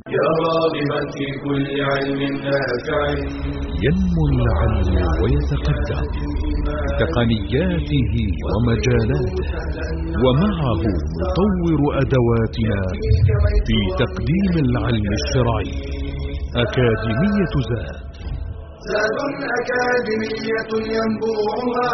يا راغبا في كل علم نافع. ينمو العلم ويتقدم بتقنياته ومجالاته، ومعه نطور أدواتنا في تقديم العلم الشرعي. أكاديمية زاد أكاديمية ينبوعها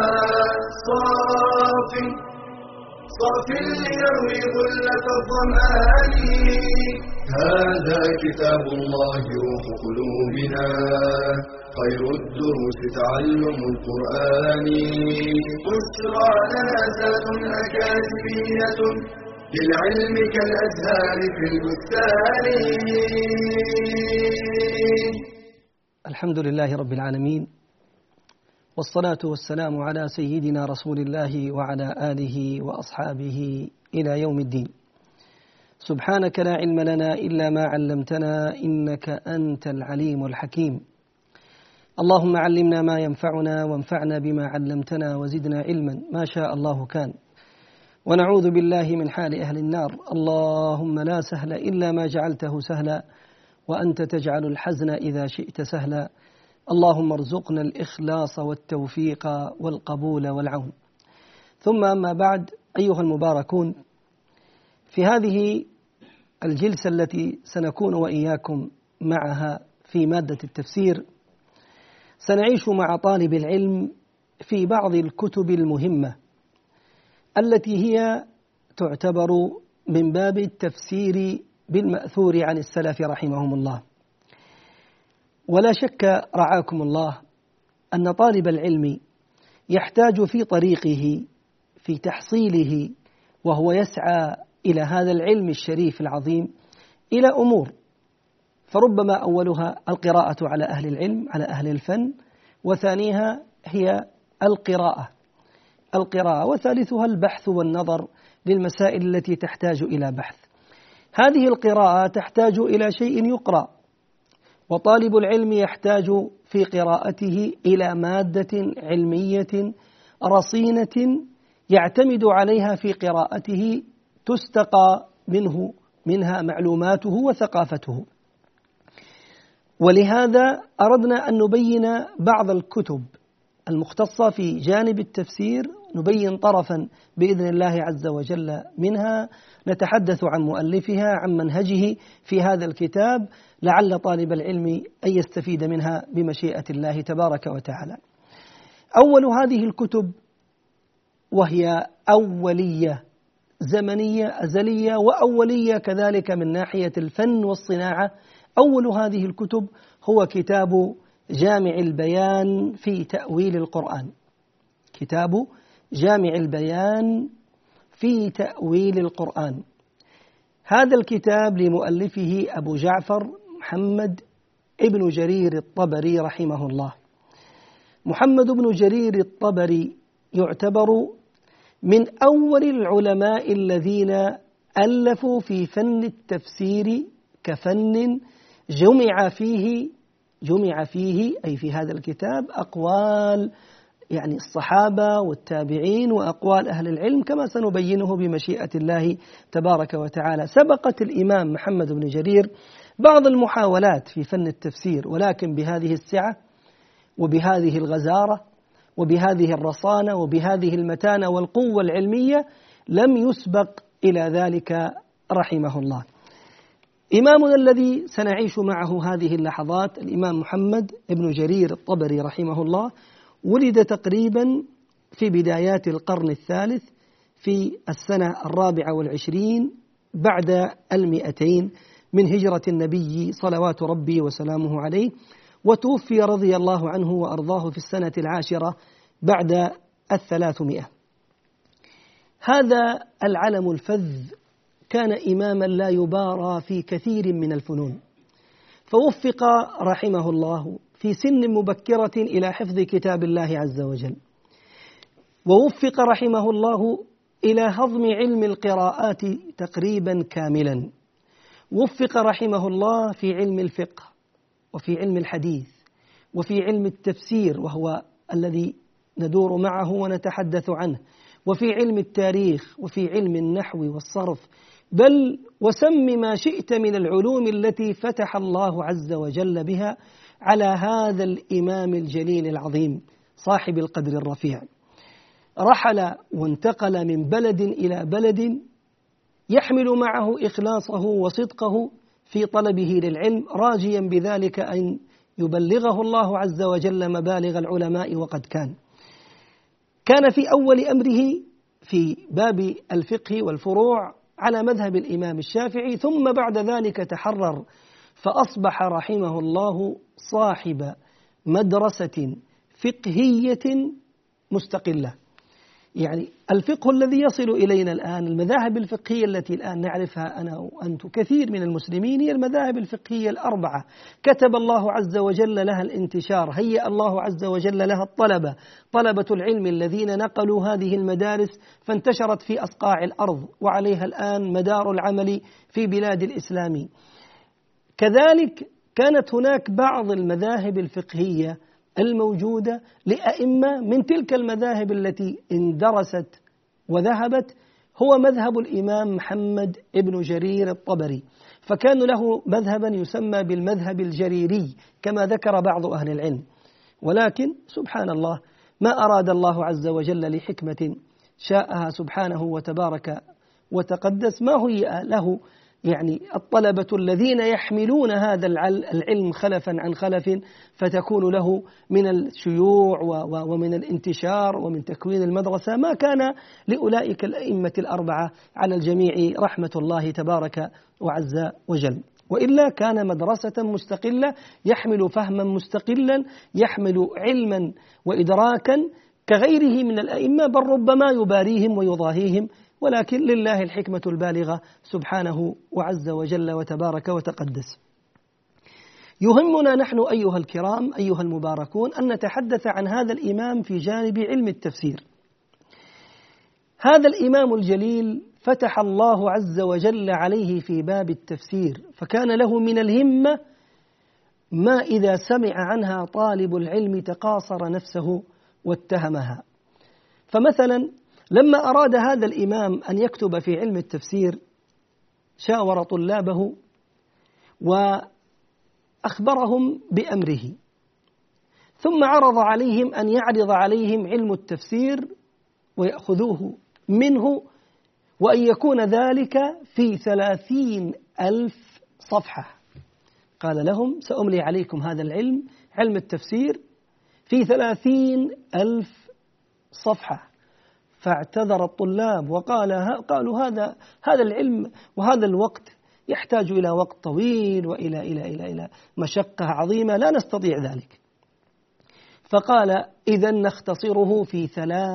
صاف ليروي غلة الظمآن. هذا كتاب الله روح قلوبنا، خير الدروس تعلم القرآن. بشرى لنا زاد أكاديمية للعلم كالأزهار في البستان. الحمد لله رب العالمين، والصلاة والسلام على سيدنا رسول الله وعلى آله وأصحابه إلى يوم الدين. سبحانك لا علم لنا إلا ما علمتنا، إنك أنت العليم الحكيم. اللهم علمنا ما ينفعنا وانفعنا بما علمتنا وزدنا علما، ما شاء الله كان. ونعوذ بالله من حال أهل النار. اللهم لا سهل إلا ما جعلته سهلا، وأنت تجعل الحزن إذا شئت سهلا. اللهم ارزقنا الإخلاص والتوفيق والقبول والعون. ثم أما بعد، أيها المباركون، في هذه الجلسة التي سنكون وإياكم معها في مادة التفسير، سنعيش مع طالب العلم في بعض الكتب المهمة التي هي تعتبر من باب التفسير بالمأثور عن السلف رحمهم الله. ولا شك رعاكم الله أن طالب العلم يحتاج في طريقه في تحصيله وهو يسعى إلى هذا العلم الشريف العظيم إلى أمور، فربما أولها القراءة على أهل العلم، على أهل الفن، وثانيها هي القراءة، وثالثها البحث والنظر للمسائل التي تحتاج إلى بحث. هذه القراءة تحتاج إلى شيء يقرأ، وطالب العلم يحتاج في قراءته إلى مادة علمية رصينة يعتمد عليها في قراءته، تستقى منها معلوماته وثقافته. ولهذا أردنا أن نبين بعض الكتب المختصة في جانب التفسير، نبين طرفا بإذن الله عز وجل منها، نتحدث عن مؤلفها، عن منهجه في هذا الكتاب، لعل طالب العلم أن يستفيد منها بمشيئة الله تبارك وتعالى. أول هذه الكتب، وهي أولية زمنية أزلية وأولية كذلك من ناحية الفن والصناعة، أول هذه الكتب هو كتاب جامع البيان في تأويل القرآن. كتاب جامع البيان في تأويل القرآن. هذا الكتاب لمؤلفه أبو جعفر محمد ابن جرير الطبري رحمه الله. محمد بن جرير الطبري يعتبر من أول العلماء الذين ألفوا في فن التفسير كفن جمع فيه أي في هذا الكتاب أقوال يعني الصحابة والتابعين وأقوال أهل العلم، كما سنبينه بمشيئة الله تبارك وتعالى. سبقت الإمام محمد بن جرير بعض المحاولات في فن التفسير، ولكن بهذه السعة وبهذه الغزارة وبهذه الرصانة وبهذه المتانة والقوة العلمية لم يسبق إلى ذلك رحمه الله. إمامنا الذي سنعيش معه هذه اللحظات الإمام محمد بن جرير الطبري رحمه الله، ولد تقريبا في بدايات القرن الثالث في السنة 24 بعد 200 من هجرة النبي صلوات ربي وسلامه عليه، وتوفي رضي الله عنه وأرضاه في السنة 10 بعد 300. هذا العلم الفذ كان إماما لا يبارى في كثير من الفنون، فوفق رحمه الله في سن مبكرة إلى حفظ كتاب الله عز وجل، ووفق رحمه الله إلى هضم علم القراءات تقريبا كاملا، وفق رحمه الله في علم الفقه وفي علم الحديث وفي علم التفسير وهو الذي ندور معه ونتحدث عنه، وفي علم التاريخ وفي علم النحو والصرف، بل وسم ما شئت من العلوم التي فتح الله عز وجل بها على هذا الإمام الجليل العظيم صاحب القدر الرفيع. رحل وانتقل من بلد إلى بلد يحمل معه إخلاصه وصدقه في طلبه للعلم، راجيا بذلك أن يبلغه الله عز وجل مبالغ العلماء. وقد كان في أول أمره في باب الفقه والفروع على مذهب الإمام الشافعي، ثم بعد ذلك تحرر فأصبح رحمه الله صاحب مدرسة فقهية مستقلة. يعني الفقه الذي يصل إلينا الآن، المذاهب الفقهية التي الآن نعرفها أنا وأنت كثير من المسلمين، هي المذاهب الفقهية الأربعة كتب الله عز وجل لها الانتشار، هيأ الله عز وجل لها الطلبة، طلبة العلم الذين نقلوا هذه المدارس فانتشرت في أصقاع الأرض، وعليها الآن مدار العمل في بلاد الإسلام. كذلك كانت هناك بعض المذاهب الفقهية الموجودة لأئمة من تلك المذاهب التي اندرست وذهبت، هو مذهب الإمام محمد ابن جرير الطبري، فكان له مذهبا يسمى بالمذهب الجريري كما ذكر بعض أهل العلم. ولكن سبحان الله ما أراد الله عز وجل لحكمة شاءها سبحانه وتبارك وتقدس ما هي له يعني الطلبة الذين يحملون هذا العلم خلفا عن خلف، فتكون له من الشيوع ومن الانتشار ومن تكوين المدرسة ما كان لأولئك الأئمة الأربعة على الجميع رحمة الله تبارك وعز وجل. وإلا كان مدرسة مستقلة يحمل فهما مستقلا، يحمل علما وإدراكا كغيره من الأئمة، بل ربما يباريهم ويضاهيهم، ولكن لله الحكمة البالغة سبحانه وعز وجل وتبارك وتقدس. يهمنا نحن أيها الكرام أيها المباركون أن نتحدث عن هذا الإمام في جانب علم التفسير. هذا الإمام الجليل فتح الله عز وجل عليه في باب التفسير، فكان له من الهمة ما إذا سمع عنها طالب العلم تقاصر نفسه واتهمها. فمثلا لما أراد هذا الإمام أن يكتب في علم التفسير شاور طلابه وأخبرهم بأمره، ثم عرض عليهم أن يعرض عليهم علم التفسير ويأخذوه منه، وأن يكون ذلك في 30,000 صفحة. قال لهم سأملي عليكم هذا العلم، علم التفسير في 30,000 صفحة. فاعتذر الطلاب قالوا هذا العلم وهذا الوقت يحتاج إلى وقت طويل وإلى إلى إلى إلى مشقة عظيمة، لا نستطيع ذلك. فقال إذن نختصره في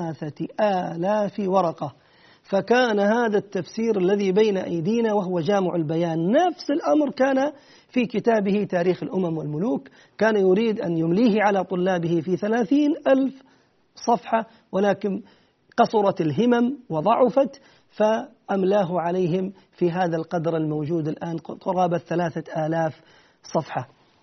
3,000 ورقة. فكان هذا التفسير الذي بين أيدينا وهو جامع البيان، نفس الأمر كان في كتابه تاريخ الأمم والملوك، كان يريد أن يمليه على طلابه في 30,000 صفحة، ولكن قصرت الهمم وضعفت فأملاه عليهم في هذا القدر الموجود الآن قرابة 3,000 صفحة.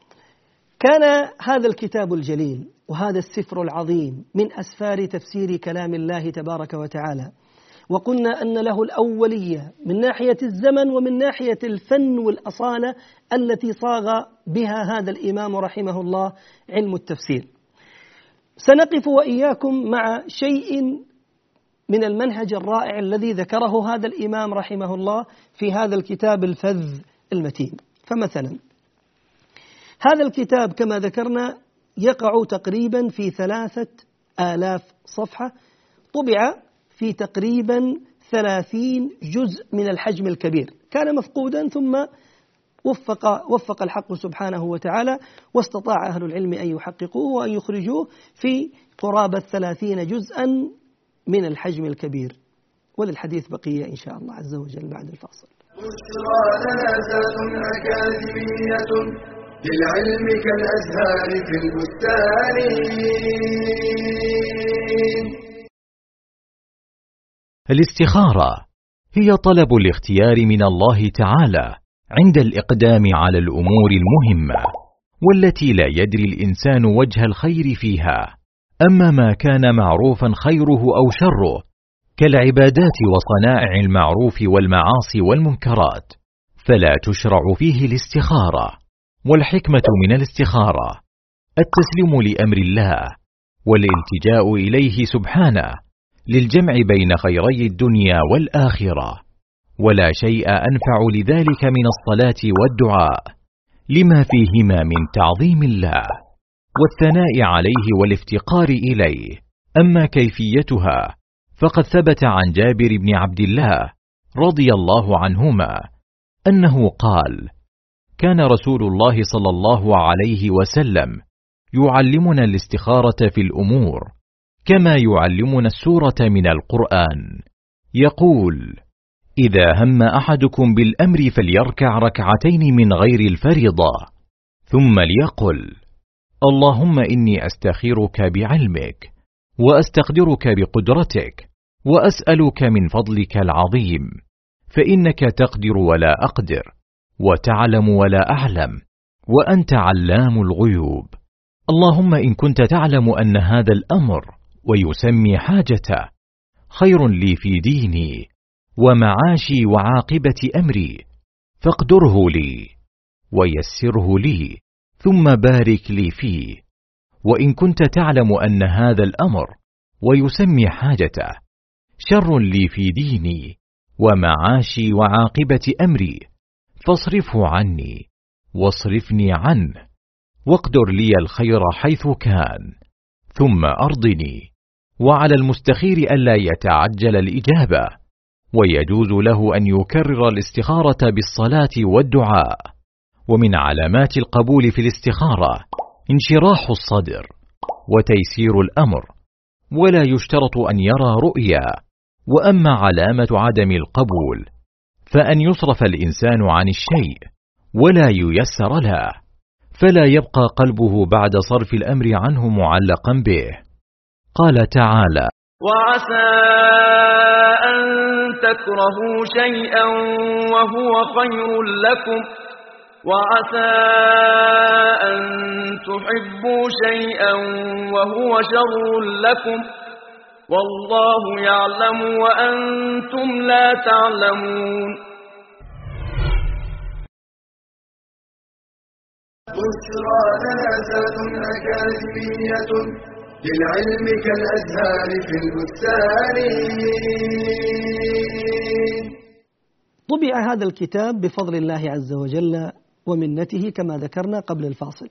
كان هذا الكتاب الجليل وهذا السفر العظيم من أسفار تفسير كلام الله تبارك وتعالى، وقلنا أن له الأولية من ناحية الزمن ومن ناحية الفن والأصالة التي صاغ بها هذا الإمام رحمه الله علم التفسير. سنقف وإياكم مع شيء من المنهج الرائع الذي ذكره هذا الإمام رحمه الله في هذا الكتاب الفذ المتين. فمثلا هذا الكتاب كما ذكرنا يقع تقريبا في 3,000 صفحة، طبع في تقريبا 30 جزء من الحجم الكبير، كان مفقودا ثم وفق الحق سبحانه وتعالى واستطاع أهل العلم أن يحققوه وأن يخرجوه في قرابة 30 جزءا من الحجم الكبير. وللحديث بقية إن شاء الله عز وجل بعد الفاصل. بشرى جنازة أكاديمية للعلم كالأزهار في البستان. الاستخارة هي طلب الاختيار من الله تعالى عند الإقدام على الأمور المهمة والتي لا يدري الإنسان وجه الخير فيها. أما ما كان معروفا خيره أو شره كالعبادات وصنائع المعروف والمعاصي والمنكرات، فلا تشرع فيه الاستخارة. والحكمة من الاستخارة التسليم لأمر الله والالتجاء إليه سبحانه للجمع بين خيري الدنيا والآخرة، ولا شيء أنفع لذلك من الصلاة والدعاء لما فيهما من تعظيم الله والثناء عليه والافتقار إليه. أما كيفيتها فقد ثبت عن جابر بن عبد الله رضي الله عنهما أنه قال: كان رسول الله صلى الله عليه وسلم يعلمنا الاستخارة في الأمور كما يعلمنا السورة من القرآن، يقول: إذا هم أحدكم بالأمر فليركع ركعتين من غير الفريضة، ثم ليقل: اللهم إني أستخيرك بعلمك وأستقدرك بقدرتك وأسألك من فضلك العظيم، فإنك تقدر ولا أقدر، وتعلم ولا أعلم، وأنت علام الغيوب. اللهم إن كنت تعلم أن هذا الأمر ويسمي حاجته خير لي في ديني ومعاشي وعاقبة أمري، فاقدره لي ويسره لي ثم بارك لي فيه. وإن كنت تعلم أن هذا الأمر ويسمي حاجته شر لي في ديني ومعاشي وعاقبة أمري، فاصرفه عني واصرفني عنه، واقدر لي الخير حيث كان، ثم أرضني. وعلى المستخير ألا يتعجل الإجابة، ويجوز له أن يكرر الاستخارة بالصلاة والدعاء. ومن علامات القبول في الاستخارة انشراح الصدر وتيسير الأمر، ولا يشترط أن يرى رؤيا. وأما علامة عدم القبول فأن يصرف الإنسان عن الشيء ولا ييسر له، فلا يبقى قلبه بعد صرف الأمر عنه معلقا به. قال تعالى: وعسى أن تكرهوا شيئا وهو خير لكم، وعسى أن تحبوا شيئا وهو شر لكم، والله يعلم وأنتم لا تعلمون. بشرى جنازة أكاديمية للعلم كالأزهار في البستان. طبع هذا الكتاب بفضل الله عز وجل ومنته كما ذكرنا قبل الفاصل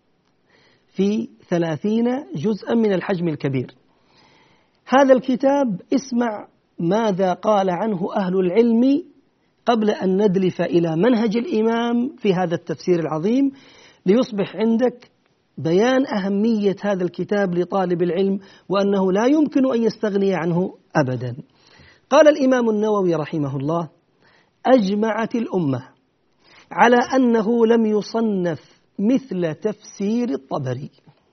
في 30 جزءا من الحجم الكبير. هذا الكتاب اسمع ماذا قال عنه أهل العلم قبل أن ندلف إلى منهج الإمام في هذا التفسير العظيم، ليصبح عندك بيان أهمية هذا الكتاب لطالب العلم وأنه لا يمكن أن يستغني عنه أبدا. قال الإمام النووي رحمه الله: أجمعت الأمة على أنه لم يصنف مثل تفسير الطبري.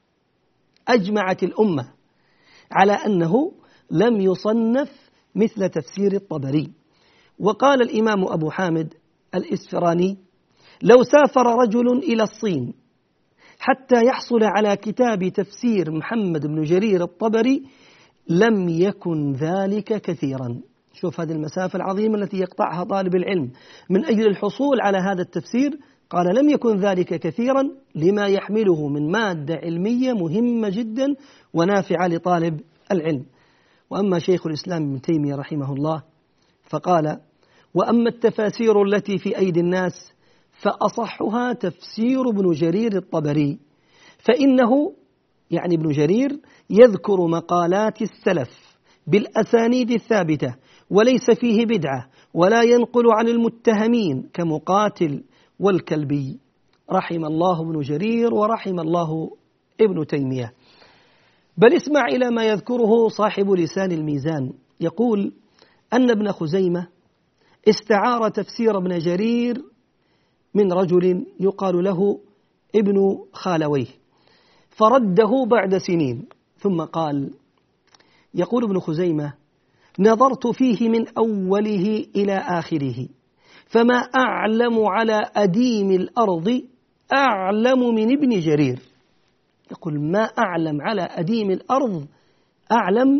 أجمعت الأمة على أنه لم يصنف مثل تفسير الطبري. وقال الإمام أبو حامد الإسفراني: لو سافر رجل إلى الصين حتى يحصل على كتاب تفسير محمد بن جرير الطبري لم يكن ذلك كثيرا. شوف هذه المسافة العظيمة التي يقطعها طالب العلم من أجل الحصول على هذا التفسير. قال: لم يكن ذلك كثيرا لما يحمله من مادة علمية مهمة جدا ونافعة لطالب العلم. وأما شيخ الإسلام ابن تيمية رحمه الله فقال: وأما التفاسير التي في أيدي الناس فأصحها تفسير ابن جرير الطبري، فإنه يعني ابن جرير يذكر مقالات السلف بالأسانيد الثابتة وليس فيه بدعة، ولا ينقل عن المتهمين كمقاتل والكلبي. رحم الله ابن جرير ورحم الله ابن تيمية. بل اسمع إلى ما يذكره صاحب لسان الميزان، يقول أن ابن خزيمة استعار تفسير ابن جرير من رجل يقال له ابن خالويه، فرده بعد سنين ثم قال: يقول ابن خزيمة: نظرت فيه من أوله إلى آخره فما أعلم على أديم الأرض أعلم من ابن جرير. يقول: ما أعلم على أديم الأرض أعلم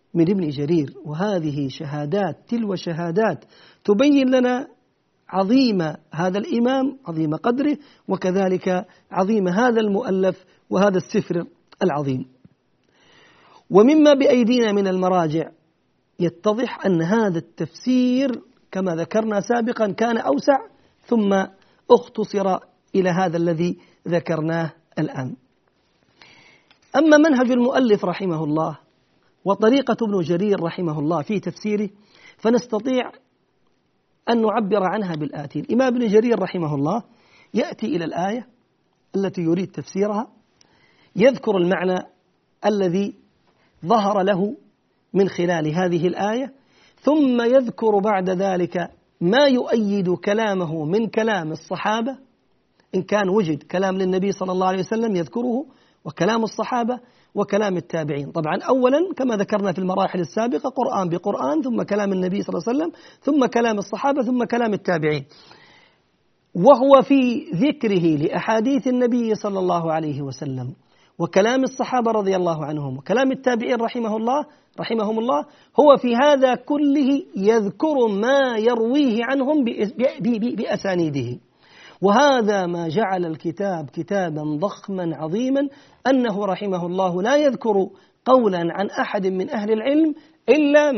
من ابن جرير، وهذه شهادات تلو شهادات تبين لنا عظيم هذا الإمام، عظيم قدره، وكذلك عظيم هذا المؤلف وهذا السفر العظيم. ومما بأيدينا من المراجع يتضح أن هذا التفسير كما ذكرنا سابقا كان أوسع ثم اختصر إلى هذا الذي ذكرناه الآن. أما منهج المؤلف رحمه الله وطريقة ابن جرير رحمه الله في تفسيره فنستطيع أن نعبر عنها بالآتي. الإمام ابن جرير رحمه الله يأتي إلى الآية التي يريد تفسيرها، يذكر المعنى الذي ظهر له من خلال هذه الآية، ثم يذكر بعد ذلك ما يؤيد كلامه من كلام الصحابة، إن كان وجد كلام للنبي صلى الله عليه وسلم يذكره، وكلام الصحابة وكلام التابعين. طبعا أولا كما ذكرنا في المراحل السابقة قرآن بقرآن، ثم كلام النبي صلى الله عليه وسلم، ثم كلام الصحابة، ثم كلام التابعين. وهو في ذكره لأحاديث النبي صلى الله عليه وسلم وكلام الصحابة رضي الله عنهم وكلام التابعين رحمهم الله، هو في هذا كله يذكر ما يرويه عنهم بأسانيده. وهذا ما جعل الكتاب كتابا ضخما عظيما، أنه رحمه الله لا يذكر قولا عن أحد من أهل العلم إلا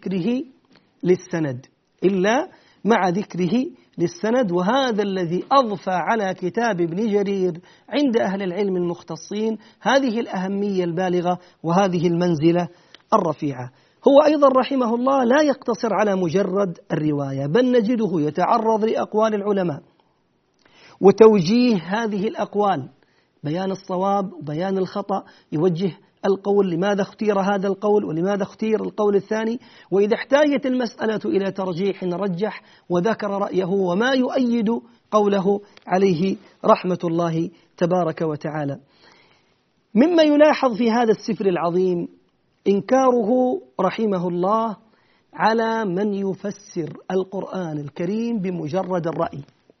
مع ذكره للسند. وهذا الذي أضفى على كتاب ابن جرير عند أهل العلم المختصين هذه الأهمية البالغة وهذه المنزلة الرفيعة. هو أيضا رحمه الله لا يقتصر على مجرد الرواية، بل نجده يتعرض لأقوال العلماء وتوجيه هذه الأقوال، بيان الصواب وبيان الخطأ، يوجه القول لماذا اختير هذا القول ولماذا اختير القول الثاني، وإذا احتاجت المسألة إلى ترجيح رجح وذكر رأيه وما يؤيد قوله عليه رحمة الله تبارك وتعالى. مما يلاحظ في هذا السفر العظيم إنكاره رحمه الله على من يفسر القرآن الكريم بمجرد الرأي،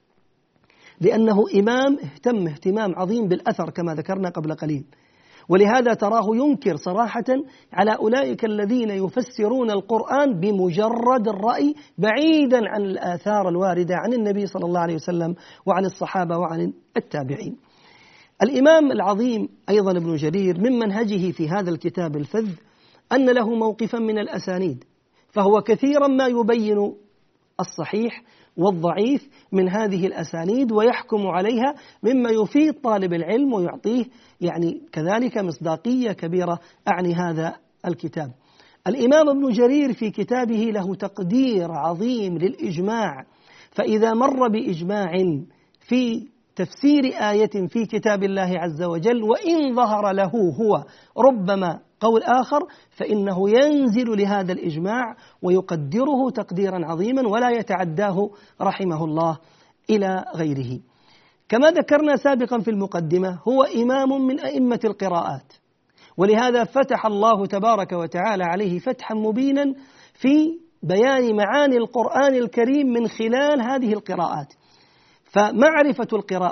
لأنه إمام اهتم اهتمام عظيم بالأثر كما ذكرنا قبل قليل، ولهذا تراه ينكر صراحة على أولئك الذين يفسرون القرآن بمجرد الرأي بعيدا عن الآثار الواردة عن النبي صلى الله عليه وسلم وعن الصحابة وعن التابعين. الإمام العظيم أيضا ابن جرير من منهجه في هذا الكتاب الفذ أن له موقفا من الأسانيد، فهو كثيرا ما يبين الصحيح والضعيف من هذه الأسانيد ويحكم عليها مما يفيد طالب العلم ويعطيه يعني كذلك مصداقية كبيرة أعني هذا الكتاب. الإمام ابن جرير في كتابه له تقدير عظيم للإجماع، فإذا مر بإجماع في تفسير آية في كتاب الله عز وجل وإن ظهر له هو ربما قول آخر، فإنه ينزل لهذا الإجماع ويقدره تقديرا عظيما ولا يتعداه رحمه الله إلى غيره. كما ذكرنا سابقا في المقدمة هو إمام من أئمة القراءات، ولهذا فتح الله تبارك وتعالى عليه فتحا مبينا في بيان معاني القرآن الكريم من خلال هذه القراءات. فمعرفة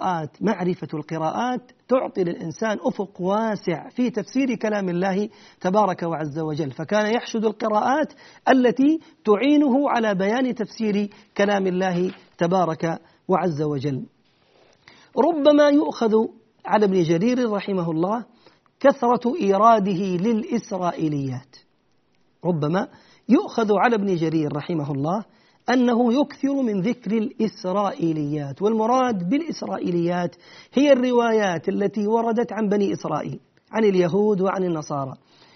القراءات تعطي للإنسان أفق واسع في تفسير كلام الله تبارك وعز وجل، فكان يحشد القراءات التي تعينه على بيان تفسير كلام الله تبارك وعز وجل. ربما يؤخذ على ابن جرير رحمه الله كثرة إيراده للإسرائيليات، ربما يؤخذ على ابن جرير رحمه الله أنه يكثر من ذكر الإسرائيليات، والمراد بالإسرائيليات هي الروايات التي وردت عن بني إسرائيل، عن اليهود وعن النصارى.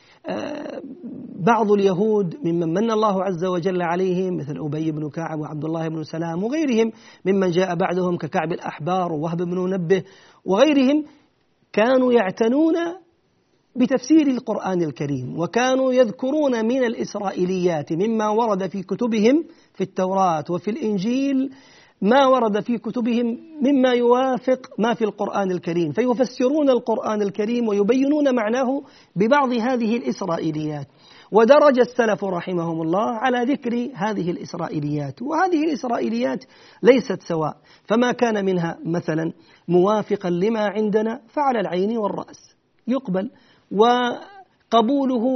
بعض اليهود ممن من الله عز وجل عليهم مثل أبي بن كعب وعبد الله بن سلام وغيرهم ممن جاء بعدهم ككعب الأحبار ووهب بن منبه وغيرهم، كانوا يعتنون بتفسير القرآن الكريم، وكانوا يذكرون من الإسرائيليات مما ورد في كتبهم في التوراة وفي الإنجيل ما ورد في كتبهم مما يوافق ما في القرآن الكريم، فيفسرون القرآن الكريم ويبينون معناه ببعض هذه الإسرائيليات. ودرج السلف رحمهم الله على ذكر هذه الإسرائيليات، وهذه الإسرائيليات ليست سواء، فما كان منها مثلا موافقا لما عندنا فعلى العين والرأس يقبل، وقبوله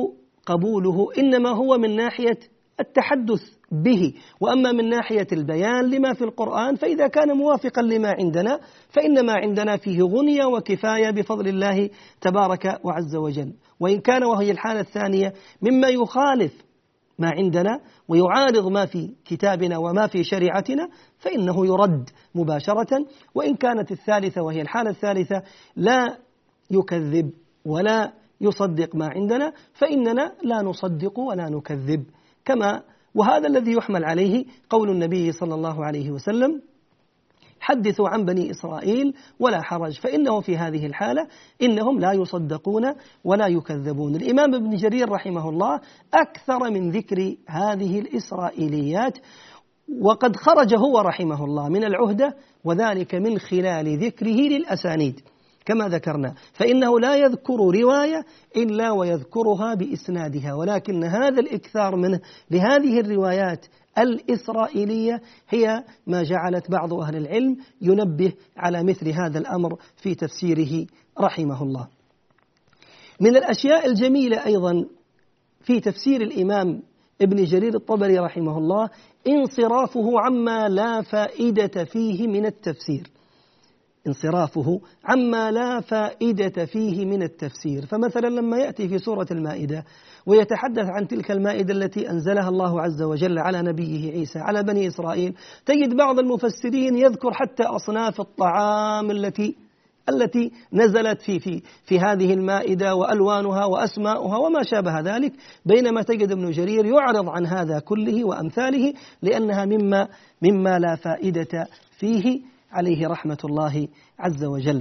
قبوله إنما هو من ناحية التحدث به، وأما من ناحية البيان لما في القرآن فإذا كان موافقا لما عندنا فإن ما عندنا فيه غنية وكفاية بفضل الله تبارك وعز وجل. وإن كان وهي الحالة الثانية مما يخالف ما عندنا ويعارض ما في كتابنا وما في شريعتنا فإنه يرد مباشرة. وإن كانت الثالثة وهي الحالة الثالثة لا يكذب ولا يصدق ما عندنا فإننا لا نصدق ولا نكذب، كما وهذا الذي يحمل عليه قول النبي صلى الله عليه وسلم: حدثوا عن بني إسرائيل ولا حرج، فإنه في هذه الحالة إنهم لا يصدقون ولا يكذبون. الإمام ابن جرير رحمه الله أكثر من ذكر هذه الإسرائيليات، وقد خرج هو رحمه الله من العهدة، وذلك من خلال ذكره للأسانيد كما ذكرنا، فإنه لا يذكر رواية إلا ويذكرها بإسنادها، ولكن هذا الإكثار منه لهذه الروايات الإسرائيلية هي ما جعلت بعض أهل العلم ينبه على مثل هذا الأمر في تفسيره رحمه الله. من الأشياء الجميلة أيضا في تفسير الإمام ابن جرير الطبري رحمه الله انصرافه عما لا فائدة فيه من التفسير، انصرافه عما لا فائدة فيه من التفسير. فمثلا لما يأتي في سورة المائدة ويتحدث عن تلك المائدة التي أنزلها الله عز وجل على نبيه عيسى على بني إسرائيل، تجد بعض المفسرين يذكر حتى أصناف الطعام التي نزلت في هذه المائدة وألوانها وأسماؤها وما شابه ذلك، بينما تجد ابن جرير يعرض عن هذا كله وأمثاله لأنها مما لا فائدة فيه عليه رحمة الله عز وجل.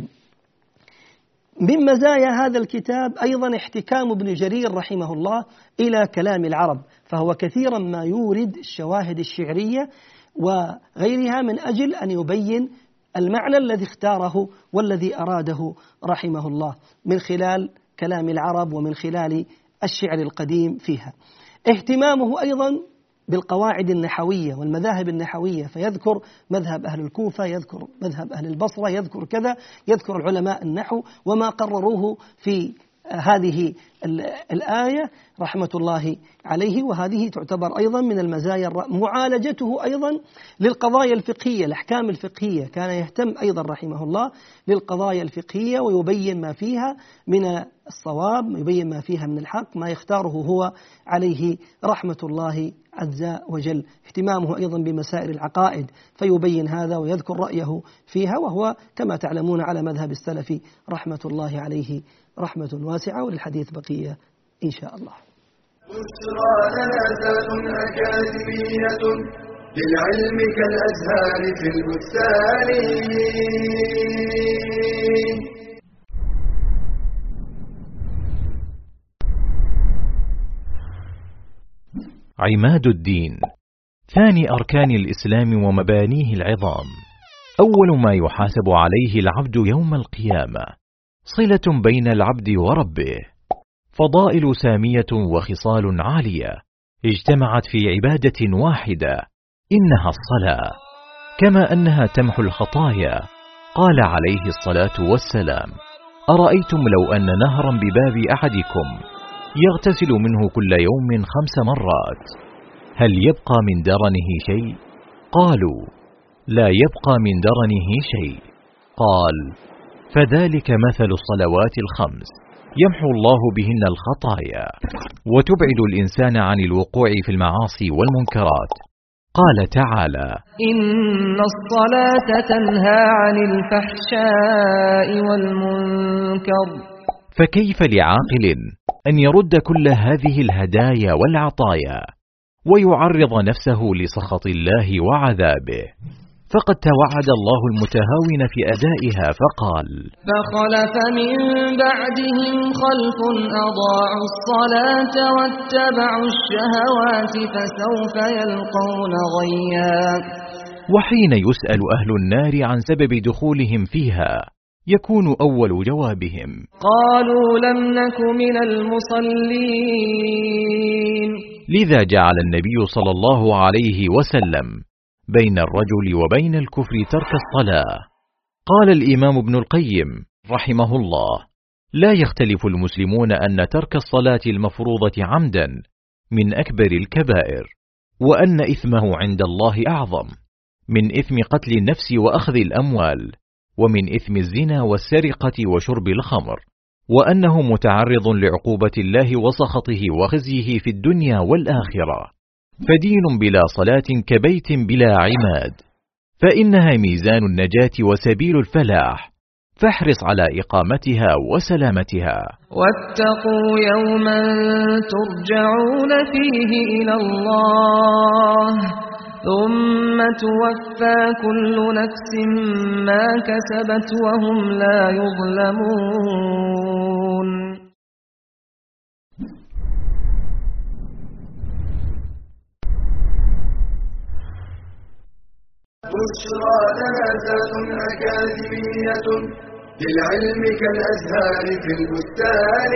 من مزايا هذا الكتاب أيضا احتكام ابن جرير رحمه الله إلى كلام العرب، فهو كثيرا ما يورد الشواهد الشعرية وغيرها من أجل أن يبين المعنى الذي اختاره والذي أراده رحمه الله من خلال كلام العرب ومن خلال الشعر القديم فيها. اهتمامه أيضا بالقواعد النحوية والمذاهب النحوية، فيذكر مذهب أهل الكوفة، يذكر مذهب أهل البصرة، يذكر كذا، يذكر العلماء النحو وما قرروه في هذه الآية رحمة الله عليه. وهذه تعتبر أيضا من المزايا. معالجته أيضا للقضايا الفقهية، الأحكام الفقهية، كان يهتم أيضا رحمه الله للقضايا الفقهية ويبين ما فيها من الصواب، يبين ما فيها من الحق، ما يختاره هو عليه رحمة الله عز وجل. اهتمامه أيضا بمسائل العقائد فيبين هذا ويذكر رأيه فيها، وهو كما تعلمون على مذهب السلف رحمة الله عليه رحمة واسعة. وللحديث بقية إن شاء الله. بشرى جنازات أكاديمية للعلم كالأزهار في البستان. عماد الدين، ثاني أركان الإسلام ومبانيه العظام. أول ما يحاسب عليه العبد يوم القيامة، صلة بين العبد وربه، فضائل سامية وخصال عالية اجتمعت في عبادة واحدة، إنها الصلاة، كما أنها تمحو الخطايا. قال عليه الصلاة والسلام: أرأيتم لو أن نهرا بباب أحدكم يغتسل منه كل يوم 5 مرات، هل يبقى من درنه شيء؟ قالوا: لا يبقى من درنه شيء. قال: فذلك مثل الصلوات 5 يمحو الله بهن الخطايا وتبعد الإنسان عن الوقوع في المعاصي والمنكرات. قال تعالى: إن الصلاة تنهى عن الفحشاء والمنكر. فكيف لعاقل أن يرد كل هذه الهدايا والعطايا ويعرض نفسه لسخط الله وعذابه؟ فقد توعد الله المتهاون في أدائها فقال: فخلف من بعدهم خلف أضاعوا الصلاة واتبعوا الشهوات فسوف يلقون غيا. وحين يسأل أهل النار عن سبب دخولهم فيها يكون أول جوابهم: قالوا لم نك من المصلين. لذا جعل النبي صلى الله عليه وسلم بين الرجل وبين الكفر ترك الصلاة. قال الإمام ابن القيم رحمه الله: لا يختلف المسلمون أن ترك الصلاة المفروضة عمدا من أكبر الكبائر، وأن إثمه عند الله أعظم من إثم قتل النفس وأخذ الأموال، ومن إثم الزنا والسرقة وشرب الخمر، وأنه متعرض لعقوبة الله وسخطه وخزيه في الدنيا والآخرة. فدين بلا صلاة كبيت بلا عماد، فإنها ميزان النجاة وسبيل الفلاح، فاحرص على إقامتها وسلامتها. واتقوا يوما ترجعون فيه إلى الله ثم توفى كل نفس ما كسبت وهم لا يظلمون. بشرى جنازات أكاديمية للعلم كالأزهار في البستان.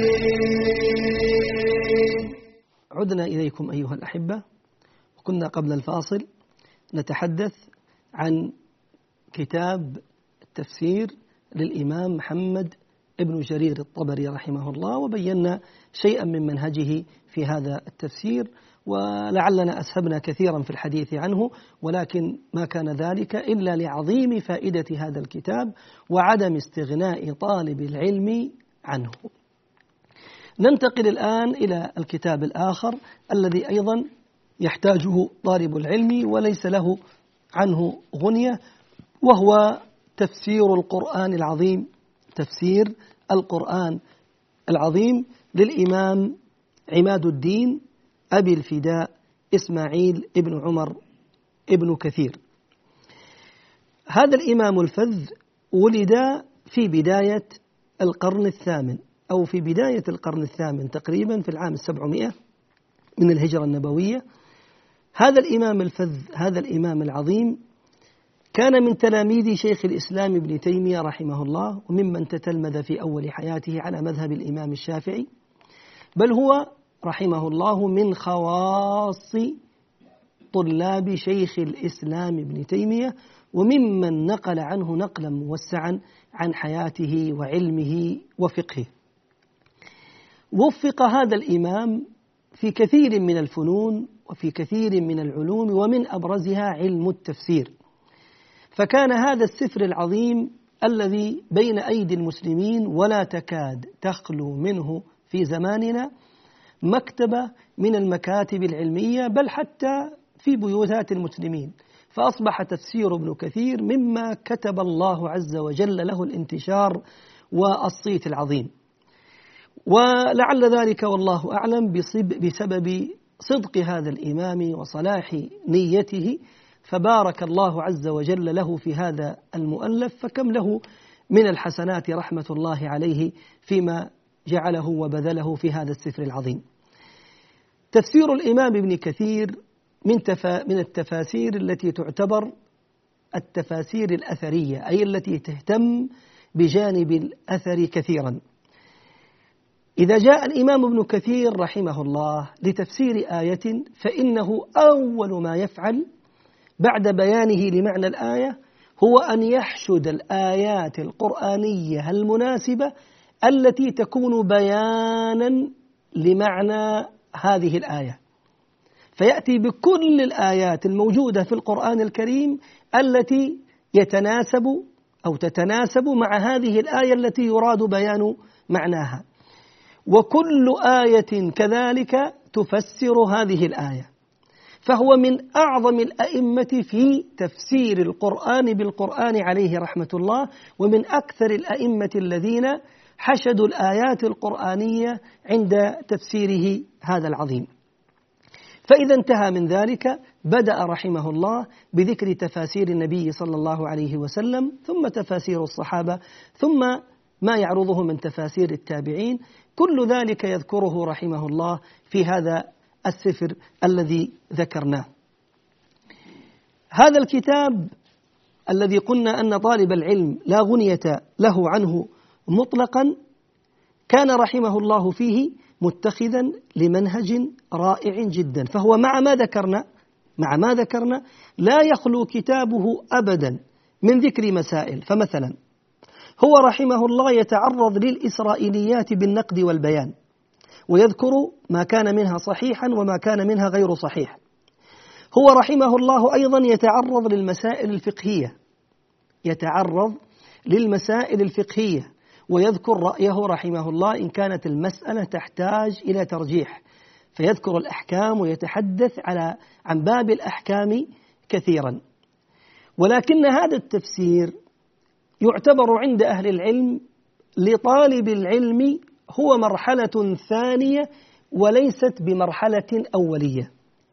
عدنا إليكم أيها الأحبة، وكنا قبل الفاصل نتحدث عن كتاب التفسير للإمام محمد ابن جرير الطبري رحمه الله، وبينا شيئا من منهجه في هذا التفسير، ولعلنا أسهبنا كثيرا في الحديث عنه، ولكن ما كان ذلك إلا لعظيم فائدة هذا الكتاب وعدم استغناء طالب العلم عنه. ننتقل الآن إلى الكتاب الآخر الذي أيضا يحتاجه طالب العلم وليس له عنه غنية، وهو تفسير القرآن العظيم، تفسير القرآن العظيم للإمام عماد الدين أبي الفداء إسماعيل ابن عمر ابن كثير. هذا الإمام الفذ ولد في بداية القرن الثامن، أو في بداية القرن الثامن تقريبا، في العام 700 من الهجرة النبوية. هذا الإمام الفذ، هذا الإمام العظيم، كان من تلاميذ شيخ الإسلام ابن تيمية رحمه الله، وممن تتلمذ في أول حياته على مذهب الإمام الشافعي، بل هو رحمه الله من خواص طلاب شيخ الإسلام ابن تيمية، وممن نقل عنه نقلا موسعا عن حياته وعلمه وفقهه. وفق هذا الإمام في كثير من الفنون وفي كثير من العلوم، ومن أبرزها علم التفسير. فكان هذا السفر العظيم الذي بين أيدي المسلمين ولا تكاد تخلو منه في زماننا مكتبة من المكاتب العلمية، بل حتى في بيوتات المسلمين، فأصبح تفسير ابن كثير مما كتب الله عز وجل له الانتشار والصيت العظيم. ولعل ذلك والله أعلم بسبب صدق هذا الإمام وصلاح نيته، فبارك الله عز وجل له في هذا المؤلف، فكم له من الحسنات رحمة الله عليه فيما جعله وبذله في هذا السفر العظيم. تفسير الإمام ابن كثير من التفاسير التي تعتبر التفاسير الأثرية، أي التي تهتم بجانب الأثر كثيرا. إذا جاء الإمام ابن كثير رحمه الله لتفسير آية، فإنه أول ما يفعل بعد بيانه لمعنى الآية هو أن يحشد الآيات القرآنية المناسبة التي تكون بيانا لمعنى هذه الآية، فيأتي بكل الآيات الموجودة في القرآن الكريم التي يتناسب أو تتناسب مع هذه الآية التي يراد بيان معناها، وكل آية كذلك تفسر هذه الآية. فهو من أعظم الأئمة في تفسير القرآن بالقرآن عليه رحمة الله، ومن أكثر الأئمة الذين حشدوا الآيات القرآنية عند تفسيره هذا العظيم. فإذا انتهى من ذلك بدأ رحمه الله بذكر تفاسير النبي صلى الله عليه وسلم، ثم تفاسير الصحابة، ثم ما يعرضه من تفاسير التابعين. كل ذلك يذكره رحمه الله في هذا السفر الذي ذكرناه. هذا الكتاب الذي قلنا أن طالب العلم لا غنية له عنه مطلقا، كان رحمه الله فيه متخذا لمنهج رائع جدا. فهو مع ما ذكرنا لا يخلو كتابه أبدا من ذكر مسائل. فمثلا هو رحمه الله يتعرض للإسرائيليات بالنقد والبيان، ويذكر ما كان منها صحيحا وما كان منها غير صحيح. هو رحمه الله أيضا يتعرض للمسائل الفقهية ويذكر رأيه رحمه الله إن كانت المسألة تحتاج إلى ترجيح، فيذكر الأحكام ويتحدث عن باب الأحكام كثيرا. ولكن هذا التفسير يعتبر عند أهل العلم لطالب العلم هو مرحلة ثانية وليست بمرحلة أولية.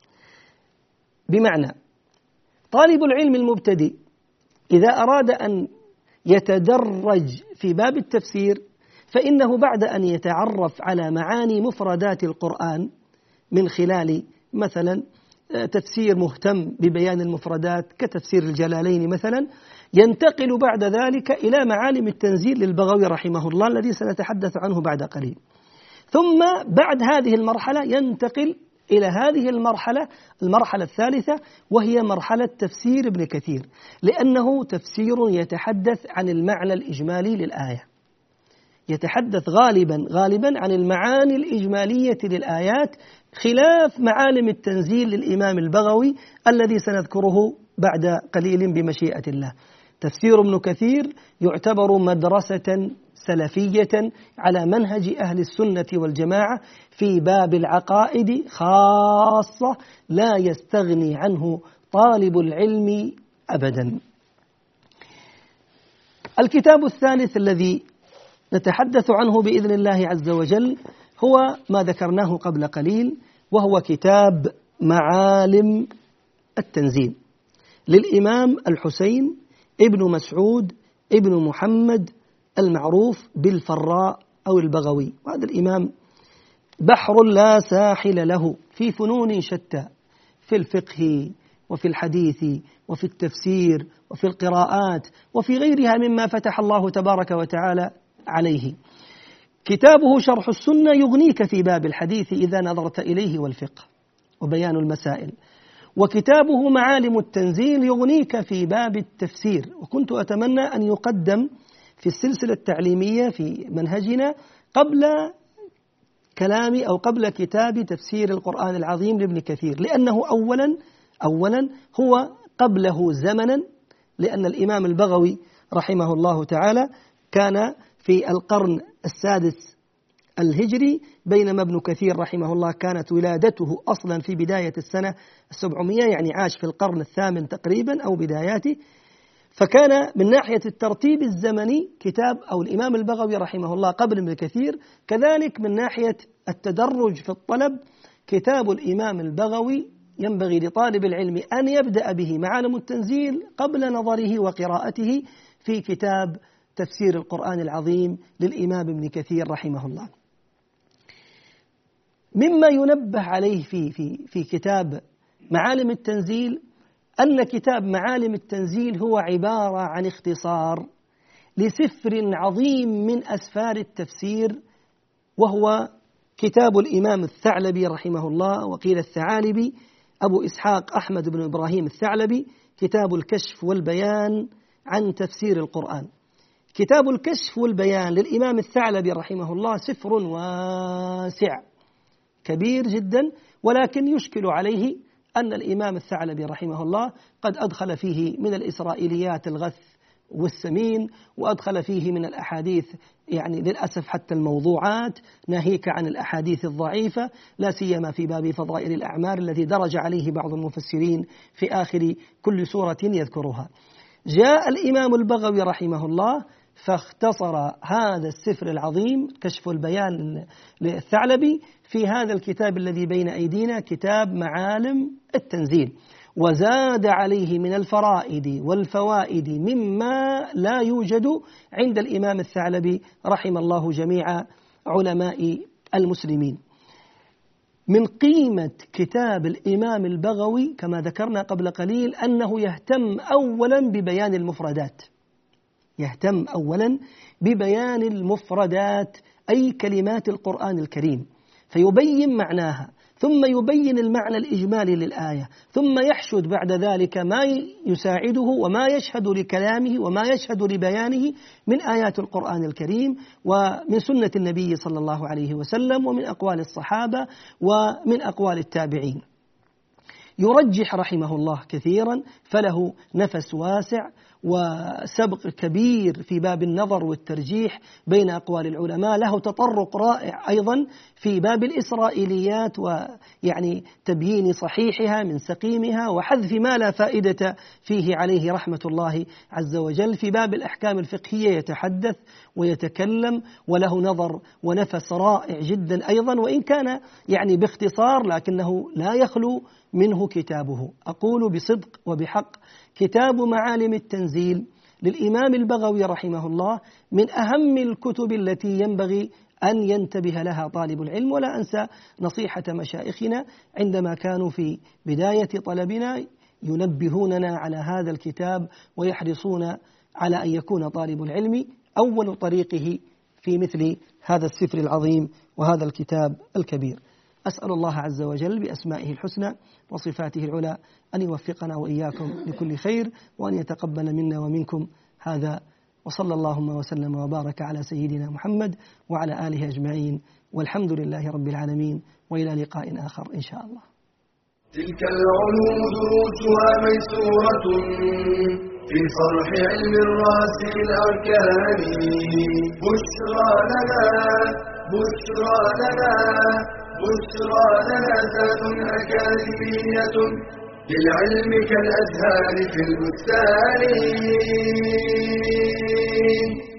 بمعنى طالب العلم المبتدئ إذا أراد أن يتدرج في باب التفسير فإنه بعد أن يتعرف على معاني مفردات القرآن من خلال مثلا تفسير مهتم ببيان المفردات كتفسير الجلالين مثلا، ينتقل بعد ذلك إلى معالم التنزيل للبغوي رحمه الله الذي سنتحدث عنه بعد قليل. ثم بعد هذه المرحلة ينتقل إلى هذه المرحلة الثالثة، وهي مرحلة تفسير ابن كثير، لأنه تفسير يتحدث عن المعنى الإجمالي للآية، يتحدث غالبا عن المعاني الإجمالية للآيات، خلاف معالم التنزيل للإمام البغوي الذي سنذكره بعد قليل بمشيئة الله. تفسير ابن كثير يعتبر مدرسة سلفية على منهج أهل السنة والجماعة في باب العقائد خاصة، لا يستغني عنه طالب العلم أبدا. الكتاب الثالث الذي نتحدث عنه بإذن الله عز وجل هو ما ذكرناه قبل قليل، وهو كتاب معالم التنزيل للإمام الحسين ابن مسعود ابن محمد المعروف بالفراء أو البغوي. وهذا الإمام بحر لا ساحل له في فنون شتى، في الفقه وفي الحديث وفي التفسير وفي القراءات وفي غيرها مما فتح الله تبارك وتعالى عليه. كتابه شرح السنة يغنيك في باب الحديث إذا نظرت إليه والفقه وبيان المسائل، وكتابه معالم التنزيل يغنيك في باب التفسير. وكنت أتمنى أن يقدم في السلسلة التعليمية في منهجنا قبل كلامي أو قبل كتاب تفسير القرآن العظيم لابن كثير، لأنه أولا هو قبله زمنا، لأن الإمام البغوي رحمه الله تعالى كان في القرن السادس الهجري، بينما ابن كثير رحمه الله كانت ولادته أصلا في بداية السنة 700، يعني عاش في القرن الثامن تقريبا أو بداياته. فكان من ناحية الترتيب الزمني كتاب أو الإمام البغوي رحمه الله قبل ابن كثير، كذلك من ناحية التدرج في الطلب كتاب الإمام البغوي ينبغي لطالب العلم أن يبدأ به معالم التنزيل قبل نظره وقراءته في كتاب تفسير القرآن العظيم للإمام ابن كثير رحمه الله. مما ينبه عليه في كتاب معالم التنزيل أن كتاب معالم التنزيل هو عبارة عن اختصار لسفر عظيم من أسفار التفسير، وهو كتاب الإمام الثعلبي رحمه الله، وقيل الثعالبي، أبو إسحاق أحمد بن إبراهيم الثعلبي، كتاب الكشف والبيان عن تفسير القرآن. كتاب الكشف والبيان للإمام الثعلبي رحمه الله سفر واسع كبير جدا، ولكن يشكل عليه أن الإمام الثعلبي رحمه الله قد أدخل فيه من الإسرائيليات الغث والسمين، وأدخل فيه من الأحاديث يعني للأسف حتى الموضوعات، ناهيك عن الأحاديث الضعيفة، لا سيما في باب فضائل الأعمال الذي درج عليه بعض المفسرين في آخر كل سورة يذكرها. جاء الإمام البغوي رحمه الله فاختصر هذا السفر العظيم كشف البيان للثعلبي في هذا الكتاب الذي بين أيدينا، كتاب معالم التنزيل، وزاد عليه من الفرائد والفوائد مما لا يوجد عند الإمام الثعلبي رحم الله جميع علماء المسلمين. من قيمة كتاب الإمام البغوي كما ذكرنا قبل قليل أنه يهتم أولا ببيان المفردات، يهتم أولا ببيان المفردات أي كلمات القرآن الكريم، فيبين معناها، ثم يبين المعنى الإجمالي للآية، ثم يحشد بعد ذلك ما يساعده وما يشهد لكلامه وما يشهد لبيانه من آيات القرآن الكريم ومن سنة النبي صلى الله عليه وسلم ومن أقوال الصحابة ومن أقوال التابعين. يرجح رحمه الله كثيرا، فله نفس واسع وسبق كبير في باب النظر والترجيح بين أقوال العلماء، له تطرق رائع أيضا في باب الإسرائيليات ويعني تبيين صحيحها من سقيمها وحذف ما لا فائدة فيه عليه رحمة الله عز وجل. في باب الأحكام الفقهية يتحدث ويتكلم وله نظر ونفس رائع جدا أيضا، وإن كان يعني باختصار لكنه لا يخلو منه كتابه. أقول بصدق وبحق كتاب معالم التنزيل للإمام البغوي رحمه الله من أهم الكتب التي ينبغي أن ينتبه لها طالب العلم. ولا أنسى نصيحة مشايخنا عندما كانوا في بداية طلبنا ينبهوننا على هذا الكتاب ويحرصون على أن يكون طالب العلم أول طريقه في مثل هذا السفر العظيم وهذا الكتاب الكبير. أسأل الله عز وجل بأسمائه الحسنى وصفاته العلى أن يوفقنا وإياكم لكل خير وأن يتقبل منا ومنكم هذا، وصلى اللهم وسلم وبارك على سيدنا محمد وعلى آله أجمعين، والحمد لله رب العالمين، وإلى لقاء آخر إن شاء الله. تلك العلوم دروسها ميسورة في صرح علم الراسخ الأركان، بشرى لنا بشرى لنا بشرى لنا ذات أكاديمية للعلم كالأزهار في البستان.